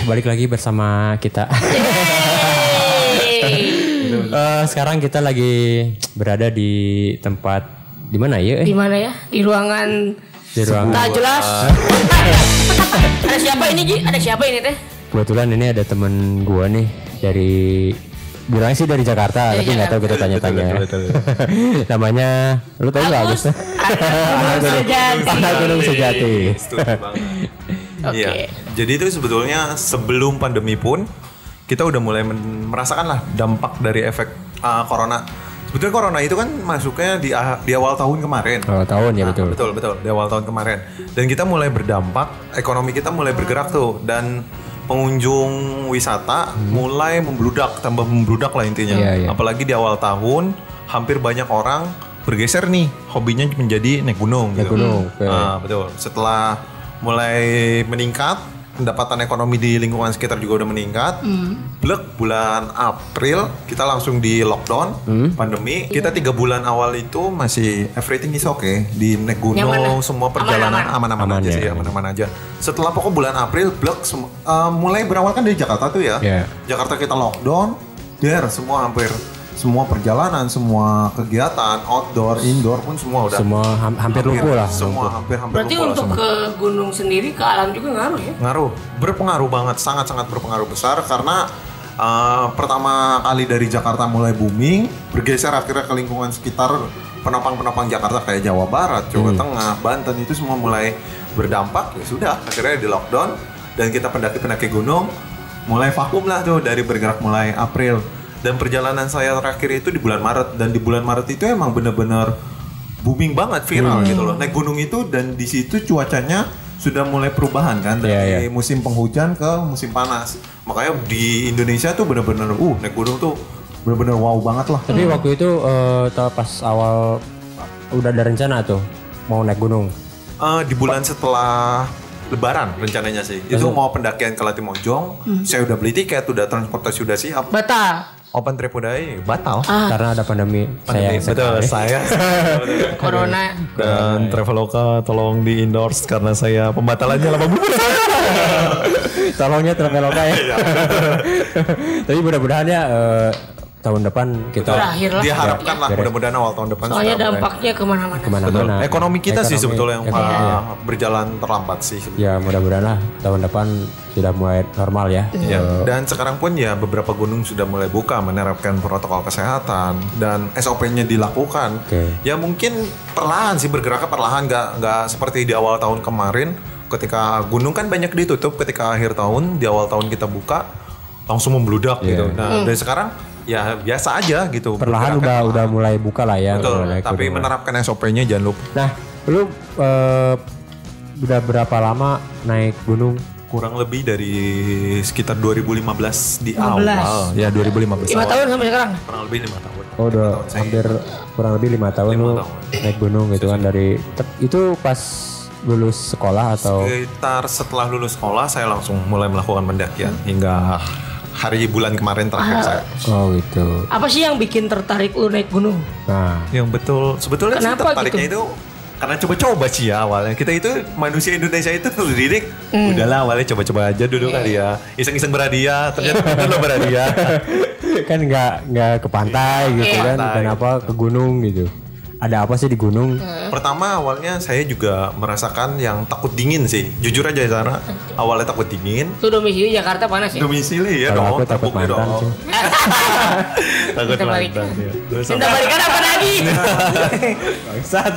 balik lagi bersama kita. Sekarang kita lagi berada di tempat di mana ya? Di mana ya? Di ruangan. Tak jelas. Ada siapa ini Ji? Ada siapa ini teh? Kebetulan ini ada temen gua nih dari bilangnya sih dari Jakarta, tapi nggak tahu kita tanya-tanya. Namanya, lu tahu nggak Agus? Anak Gunung Sejati. Iya. Jadi itu sebetulnya sebelum pandemi pun kita udah mulai merasakan lah dampak dari efek corona. Sebetulnya corona itu kan masuknya di awal tahun kemarin. Awal tahun ya betul. Betul di awal tahun kemarin. Dan kita mulai berdampak, ekonomi kita mulai bergerak tuh dan pengunjung wisata mulai tambah membludak lah intinya. Iya. Apalagi di awal tahun hampir banyak orang bergeser nih hobinya menjadi naik gunung. Naik gunung. Betul. Setelah mulai meningkat, pendapatan ekonomi di lingkungan sekitar juga udah meningkat. Bulan April kita langsung di lockdown pandemi. Kita 3 bulan awal itu masih everything is okay di naik gunung, semua perjalanan aman-aman aja sih, aman-aman aja. Setelah pokok bulan April mulai berawal kan dari Jakarta tuh ya. Jakarta kita lockdown, hampir semua perjalanan, semua kegiatan outdoor, indoor pun semua udah hampir lumpuh lah. Semua hampir berarti lumpuh untuk lah ke gunung sendiri, ke alam juga ngaruh ya? Ngaruh, berpengaruh banget, sangat-sangat berpengaruh besar karena pertama kali dari Jakarta mulai booming, bergeser akhirnya ke lingkungan sekitar penopang-penopang Jakarta kayak Jawa Barat, Jawa Tengah, Banten itu semua mulai berdampak. Ya sudah, akhirnya di lockdown dan kita pendaki-pendaki gunung mulai vakum lah tuh dari bergerak mulai April. Dan perjalanan saya terakhir itu di bulan Maret, dan di bulan Maret itu emang bener-bener booming banget, viral gitu loh. Naik gunung itu dan di situ cuacanya sudah mulai perubahan kan dari musim penghujan ke musim panas. Makanya di Indonesia tuh bener-bener naik gunung tuh bener-bener wow banget lah. Tapi waktu itu pas awal udah ada rencana tuh mau naik gunung. Di bulan setelah Lebaran rencananya sih. Itu mau pendakian ke Latimojong. Saya udah beli tiket, udah transportasi udah siap. Batal. Open trip udah batal. Karena ada pandemi. Betul, saya Corona. dan Traveloka tolong di endorse karena saya pembatalannya lama banget. Tolongnya Traveloka ya. Tapi mudah-mudahan ya tahun depan kita diharapkan lah, mudah-mudahan awal tahun depan. Soalnya dampaknya kemana-mana. Ekonomi kita sih sebetulnya yang berjalan terlambat sih. Ya mudah-mudahan lah tahun depan sudah mulai normal ya. Dan sekarang pun ya beberapa gunung sudah mulai buka menerapkan protokol kesehatan dan SOP-nya dilakukan. Ya mungkin perlahan sih, bergeraknya perlahan, nggak seperti di awal tahun kemarin ketika gunung kan banyak ditutup, ketika akhir tahun, di awal tahun kita buka langsung membludak gitu. Nah dari sekarang ya biasa aja gitu. Perlahan udah mulai buka lah ya. Betul, tapi menerapkan SOP-nya jangan lupa. Nah, lu udah berapa lama naik gunung? Kurang lebih dari sekitar 2015 di awal. Ya 2015 5 tahun sampai sekarang? Kurang lebih 5 tahun. Oh udah hampir kurang lebih 5 tahun lu naik gunung gitu kan. Dari itu pas lulus sekolah atau? Sekitar setelah lulus sekolah saya langsung mulai melakukan pendakian hingga hari bulan kemarin terakhir saya. Oh gitu. Apa sih yang bikin tertarik lu naik gunung? Nah, yang betul sebetulnya sih tertariknya gitu? itu karena coba-coba sih ya awalnya. Kita itu manusia Indonesia itu terdidik udahlah awalnya coba-coba aja dulu kali ya. Iseng-iseng berhadiah, ternyata betul lo berhadiah. Kan nggak ke pantai gitu kan, kenapa ke gunung gitu. Ada apa sih di gunung? Pertama awalnya saya juga merasakan yang takut dingin sih. Jujur aja Zara, awalnya takut dingin. Tuh domisili Jakarta panas ya? Domisili ya dong. Aku takut mantan sih. Takut mantan. Minta balikan apa lagi? Bangsat.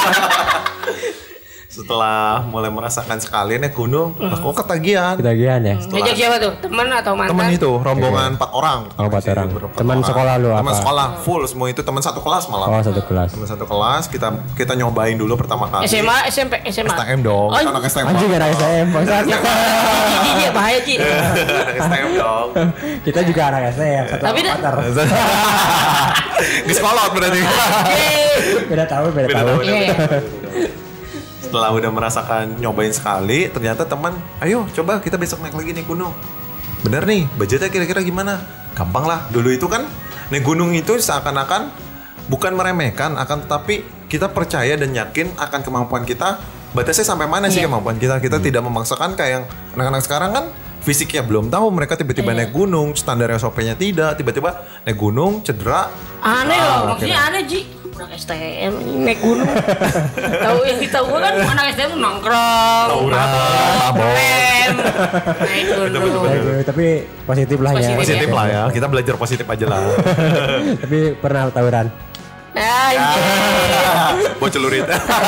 Setelah mulai merasakan sekali naik gunung, aku ketagihan. Ketagihan ya. Ngajak siapa tuh? Teman atau mantan? Teman itu, rombongan 4 orang. Oh, 4 orang. Teman sekolah lu apa? Teman sekolah full semua itu, teman satu kelas malah. Oh, satu kelas. Teman satu kelas, kita nyobain dulu pertama kali. SMA, SMP, SMA. STM dong. Anak STM. Anjing anak STM, bangsat. Iya bahaya Ci. Anak STM dong. Kita juga anak STM, satu angkatan. Di sekolah berarti. Beda tahun. Iya. Setelah udah merasakan nyobain sekali, ternyata teman, ayo coba kita besok naik lagi nih gunung. Bener nih, budgetnya kira-kira gimana? Gampang lah. Dulu itu kan naik gunung itu seakan-akan bukan meremehkan, akan tetapi kita percaya dan yakin akan kemampuan kita. Batasnya sampai mana sih kemampuan kita? Kita tidak memaksakan kayak yang anak-anak sekarang kan fisiknya belum tahu, mereka tiba-tiba naik gunung, standar SOP-nya tidak, tiba-tiba naik gunung cedera. Aneh loh, maksudnya aneh Ji. Anak STM naik gunung. Tahu yang kita tahu kan anak STM nongkrong, mabok, naik gunung. Tapi positif lah ya. Positif lah ya, kita belajar positif aja lah. Tapi pernah tawuran? Bocah lurit.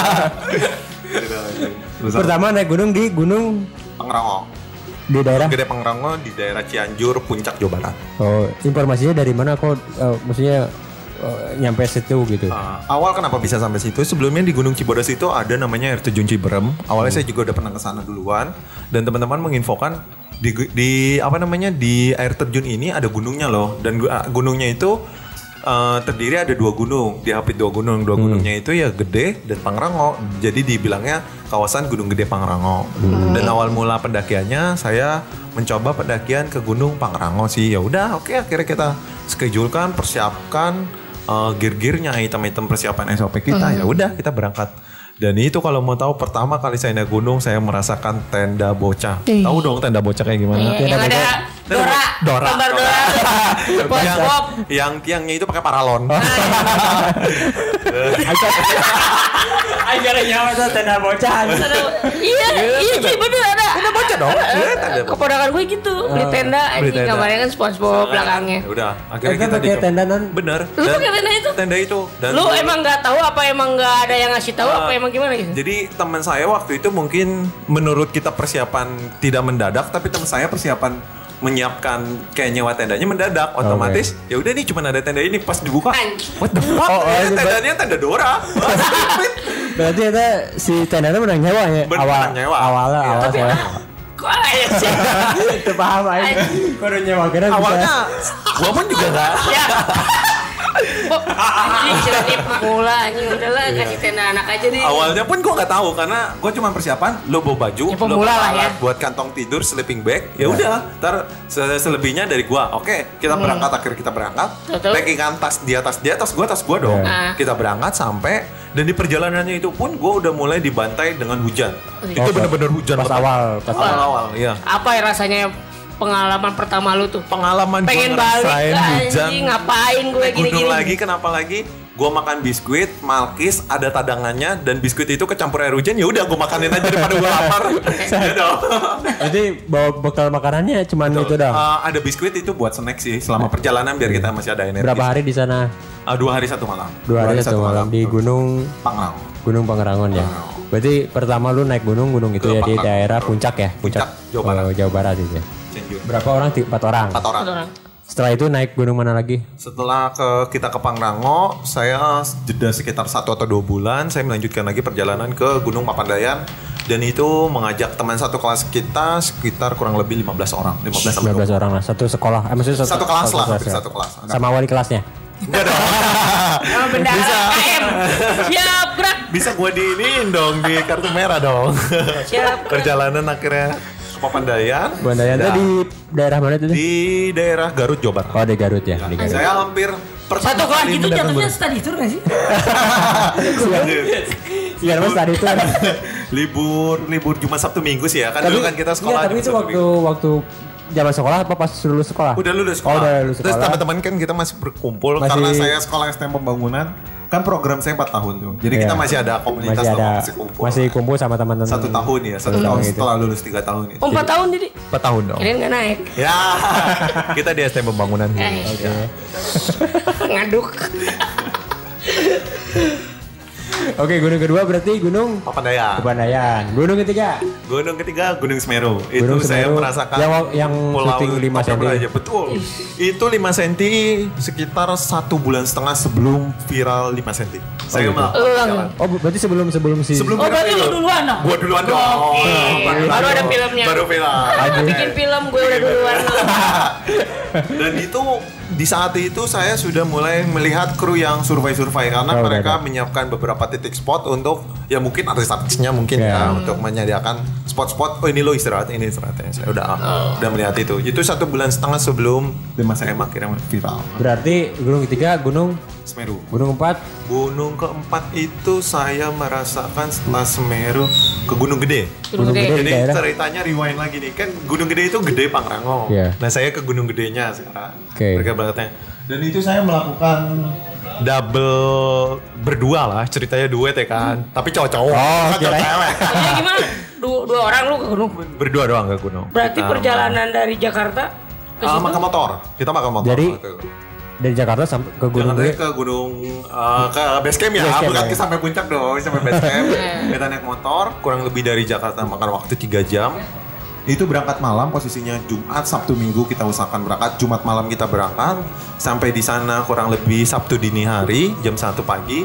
Pertama naik gunung di Gunung Pangrango. Di daerah Gede Pangrango di daerah Cianjur, Puncak, Jawa Barat. Oh, informasinya dari mana kok maksudnya nyampe situ gitu? Awal kenapa bisa sampai situ? Sebelumnya di Gunung Cibodas itu ada namanya air terjun Ciberem. Awalnya saya juga udah pernah ke sana duluan dan teman-teman menginfokan di apa namanya di air terjun ini ada gunungnya loh, dan gunungnya itu terdiri ada 2 gunung, diapit 2 gunung. 2 gunungnya itu ya Gede dan Pangrango. Jadi dibilangnya kawasan Gunung Gede Pangrango. Dan awal mula pendakiannya saya mencoba pendakian ke Gunung Pangrango sih. Ya udah, oke, akhirnya kita schedulekan, persiapkan gear-gearnya, item-item persiapan SOP kita. Ya udah, kita berangkat. Dan itu kalau mau tahu, pertama kali saya naik gunung saya merasakan tenda bocah. Tahu dong tenda bocah kayak gimana? Yang ada Dora. Yang tiangnya itu pakai paralon. Ajaran nyawa tuh tenda bocah. Iya Ji, bener ada. Tenda bocah dong. Keponakan gue gitu, beli tenda, anjing gambarnya kan SpongeBob belakangnya. Udah, akhirnya kita pakai tenda non. Bener. Lu pakai tenda itu? Tenda itu. Dan lu emang nggak tahu apa emang nggak ada yang ngasih tahu apa emang gimana gitu? Jadi teman saya waktu itu mungkin menurut kita persiapan tidak mendadak, tapi teman saya persiapan menyiapkan kayak nyewa tendanya mendadak, otomatis ya udah nih cuma ada tenda ini, pas dibuka what the fuck, tendanya tenda Dora. Berarti itu si tendanya menang nyewa ya? Awalnya saya kok aja sih itu paham aja kok udah nyewa kira awalnya gua pun juga gak anjing jadi pemula anjing udahlah kasih tenda anak aja deh. Awalnya pun gue nggak tahu karena gue cuma persiapan lo bawa baju, ya, lo bawa alat buat kantong tidur, sleeping bag, ya udah. Ntar selebihnya dari gue. Oke, kita berangkat, akhirnya kita berangkat. Packingan tas dia tas gue dong. Kita berangkat sampai dan di perjalanannya itu pun gue udah mulai dibantai dengan hujan. Itu benar-benar hujan pas awal. Iya. Apa ya rasanya? Pengalaman pertama lu tuh? Pengalaman pengen balik anjing, ngapain gue gini-gini lagi, kenapa lagi? Gue makan biskuit, Malkis, ada tadangannya, dan biskuit itu kecampur air hujan, ya udah gue makanin aja daripada gue lapar. Jadi bawa bekal makanannya cuman itu dong. Ada biskuit itu buat snack sih selama perjalanan biar kita masih ada energi. Berapa hari di sana? 2 hari 1 malam. 2 hari 1 malam di Gunung Pangrango. Gunung Pangrangon ya. Berarti pertama lu naik gunung itu ya di daerah Puncak ya? Puncak Jawa Barat itu ya. Berapa orang? 4 orang. 4 orang. Setelah itu naik gunung mana lagi? Setelah kita ke Pangrango, saya jeda sekitar 1 atau 2 bulan, saya melanjutkan lagi perjalanan ke Gunung Papandayan, dan itu mengajak teman satu kelas kita sekitar kurang lebih 15 orang. 15 orang lah, satu sekolah. Maksudnya satu kelas lah, satu kelas. Sama wali kelasnya? Enggak dong. Bendara KM. Siap, gerak. Bisa gue diinin dong, di kartu merah dong. Siap. Perjalanan akhirnya Papandayan. Papandayan itu di daerah mana itu? Di daerah Garut, Jawa Barat. Oh, di Garut ya. Di Garut. Saya hampir satu kelas gitu jatuhnya study tour gak sih? Iya, mas tadi itu libur cuma Sabtu Minggu sih ya. Kan dulu kan kita sekolah. Tapi itu waktu zaman sekolah apa pas lulus sekolah? Udah lulus sekolah. Udah lulus sekolah. Terus teman-teman kan kita masih berkumpul karena saya sekolah STM Pembangunan. Kan program saya 4 tahun tuh. Jadi kita masih ada komunitas, masih kumpul sama teman-teman. 1 tahun ya. 1 tahun setelah lulus 3 tahun itu. 4 tahun jadi? 4 tahun dong. Kirain gak naik. Ya. Kita di STM Pembangunan. Oke. Ngaduk. Oke, gunung kedua berarti Gunung Papandayan. Gunung ketiga Gunung Semeru. Gunung Itu saya merasakan yang syuting 5 cm aja. Betul. Itu 5 cm sekitar 1,5 bulan sebelum viral 5 cm. Saya mah. Oh, berarti sebelum berarti lu duluan dong. Gua duluan dong. Baru ada filmnya. Baru film. Bikin film gue udah duluan. Dan itu di saat itu saya sudah mulai melihat kru yang survei karena mereka menyiapkan beberapa titik spot untuk ya mungkin artis-artisnya mungkin ya untuk menyediakan spot-spot. Oh ini lo istirahat, ini istirahatnya. Saya udah melihat itu. Itu 1,5 bulan sebelum 5 cm akhirnya viral. Berarti gunung ketiga Gunung Semeru. Gunung 4 Gunung keempat itu saya merasakan setelah Semeru ke Gunung Gede. Gunung Gede. Jadi ceritanya rewind lagi nih, kan Gunung Gede itu gede Pangrango. Nah saya ke Gunung Gedenya sekarang. Mereka bangetnya. Dan itu saya melakukan double berdua lah, ceritanya duet ya kan. Tapi cowok-cowok, kan cewek. Maksudnya gimana? Dua orang lu ke gunung? Berdua doang ke gunung. Berarti perjalanan dari Jakarta ke situ? Makan motor. Kita makan motor. Dari Jakarta sampai ke Gunung Gede? Ke gunung, ke base camp ya, bukan sampai puncak dong, sampai base camp. Kita naik motor, kurang lebih dari Jakarta makan waktu 3 jam. Itu berangkat malam, posisinya Jumat, Sabtu, Minggu kita usahakan berangkat. Jumat malam kita berangkat, sampai di sana kurang lebih Sabtu dini hari, jam 1 pagi.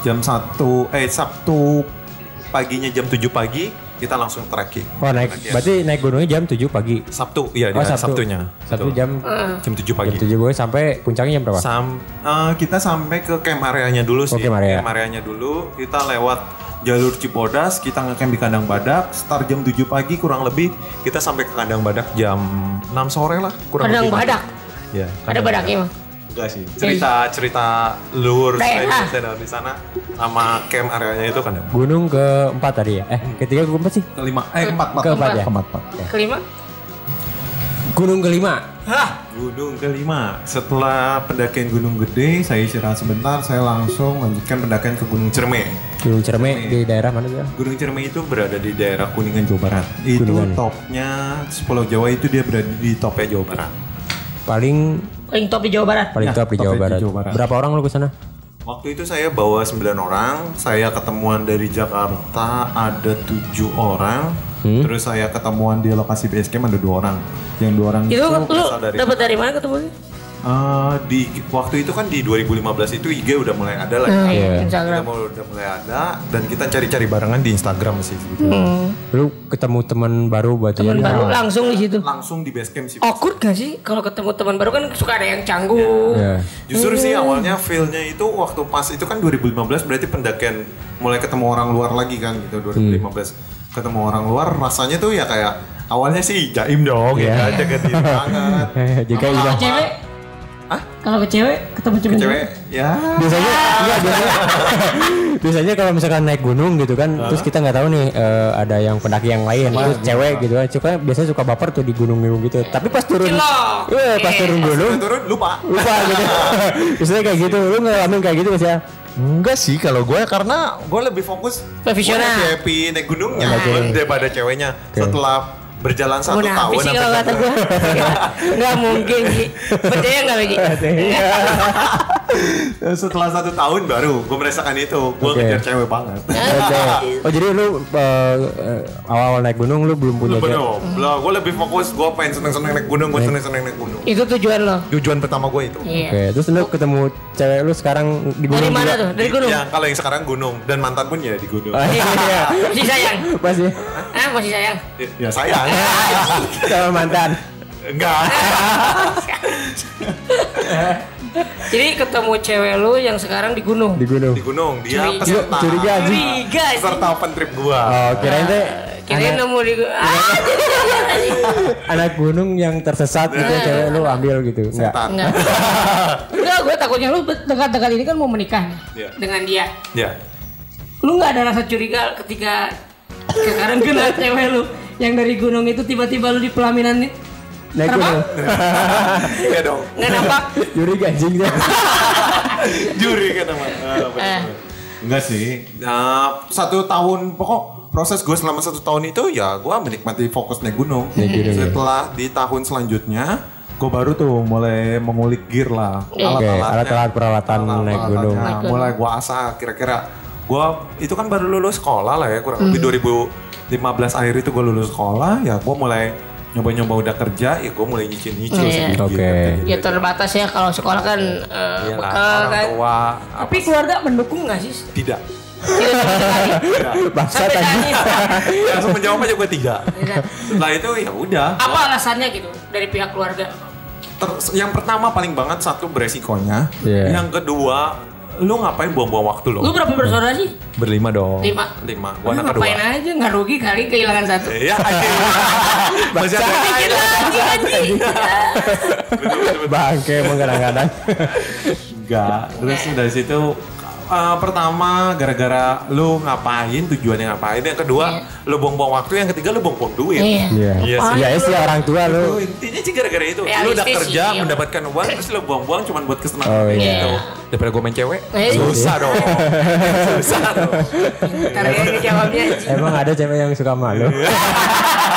Sabtu paginya jam 7 pagi. Kita langsung trekking. Berarti naik gunungnya jam 7 pagi. Sabtu, iya Sabtunya. Sabtu jam 7 pagi. Jam 7 sampai puncaknya jam berapa? Kita sampai ke camp areanya dulu sih. Camp areanya dulu, kita lewat jalur Cibodas, kita nge-camp di Kandang Badak. Start jam 7 pagi kurang lebih, kita sampai ke Kandang Badak jam 6 sore lah. Kandang Badak? Iya. Ada badaknya mah? Enggak sih. Cerita luhur saya di sana sama camp areanya itu kan. Gunung keempat tadi ya? Ketiga ke keempat sih? Keempat ya? Kelima? Gunung kelima. Gunung kelima. Setelah pendakian Gunung Gede, saya istirahat sebentar, saya langsung lanjutkan pendakian ke Gunung Ciremai. Gunung Ciremai di daerah mana tuh? Gunung Ciremai itu berada di daerah Kuningan, Jawa Barat. Itu topnya Pulau Jawa, itu dia berada di topnya Jawa Barat. Paling top di Jawa Barat. Paling top di Jawa Barat. Berapa orang lu ke sana? Waktu itu saya bawa 9 orang. Saya ketemuan dari Jakarta ada 7 orang. Terus saya ketemuan di lokasi base camp ada 2 orang. Yang 2 orang itu lu dapat dari mana ketemunya? Waktu itu kan di 2015 itu IG udah mulai ada lah. Instagram. Udah mulai ada dan kita cari-cari barengan di Instagram sih gitu. Lu ketemu teman baru buat teman baru langsung di situ. Langsung di base camp sih. Awkward gak sih kalau ketemu teman baru, kan suka ada yang canggung. Justru sih awalnya feel-nya itu waktu pas itu kan 2015 berarti pendakian mulai ketemu orang luar lagi kan gitu 2015. Ketemu orang luar rasanya tuh ya kayak awalnya sih jaim dong ya, jaga diri banget. Jika cewek kalau ke cewek ketemu cewek ya biasanya kalau misalkan naik gunung gitu kan, terus kita nggak tahu nih ada yang pendaki yang lain, terus cewek gitu kan, biasanya suka baper tuh di gunung-gunung gitu. Tapi pas turun gunung lupa gitu. Biasanya kayak gitu. Lu ngalamin kayak gitu ya? Enggak sih kalau gue, karena gue lebih fokus profesional, happy naik gunungnya daripada ceweknya. Setelah berjalan 1 tahun sih kalau kata gue nggak mungkin sih, percaya nggak Begi? Setelah 1 tahun baru gue merasakan itu, gue ngejar cewek banget. Oh jadi lu awal-awal naik gunung lu belum punya cewek? Belum, gue lebih fokus, gue pengen seneng-seneng naik gunung, gue seneng-seneng naik gunung. Itu tujuan lo? Tujuan pertama gue itu. Terus lu ketemu cewek lu sekarang di gunung? Dari mana tuh? Dari gunung? Ya kalau yang sekarang gunung, dan mantan pun ya di gunung. Masih sayang? Masih. Masih sayang? Ya sayang. Sama mantan? Enggak. Jadi ketemu cewek lu yang sekarang di gunung? Di gunung. Dia curiga peserta open trip gua. Kirain nemu di anak gunung yang tersesat gitu, cewek lu ambil gitu. Enggak, gue takutnya lu dekat-dekat ini kan mau menikah dengan dia. Iya. Lu nggak ada rasa curiga ketika sekarang kena cewek lu yang dari gunung itu tiba-tiba lu di pelaminan nih naik gunung? Iya dong. Nggak nampak? Juri anjing dia. Juri kan namanya. Enggak sih. 1 tahun pokok proses gue selama 1 tahun itu ya gue menikmati fokus naik gunung. Setelah di tahun selanjutnya gue baru tuh mulai mengulik gear lah, alat-alat peralatan naik gunung. Mulai gue asah kira-kira gue itu kan baru lulus sekolah lah ya, kurang lebih 2015 akhir itu gue lulus sekolah ya, gue mulai nyoba-nyoba udah kerja ya, gue mulai nyicil sedikit. Ya terbatas ya kalau sekolah kan bekal kan. Tapi keluarga mendukung nggak sih? Tidak. Bangsa tadi. Langsung menjawab aja gue tidak. Setelah itu ya udah. Apa alasannya gitu dari pihak keluarga? Yang pertama paling banget satu beresikonya. Yang kedua, lu ngapain buang-buang waktu lo? Lu berapa bersaudara sih? Berlima dong. 5. Gua anak kedua. Ngapain aja, nggak rugi kali kehilangan 1. Iya aja. Masih ada dikit lagi. Bangke emang kadang-kadang. Enggak. Terus dari situ pertama gara-gara lu ngapain, tujuannya ngapain. Yang kedua, lu buang-buang waktu. Yang ketiga, lu buang-buang duit. Iya sih orang tua lu. Intinya sih gara-gara itu. Lu udah kerja, mendapatkan uang, terus lu buang-buang cuma buat kesenangan gitu. Daripada gue main cewek, susah dong. Karena ngejawabnya. Emang ada cewek yang suka malu?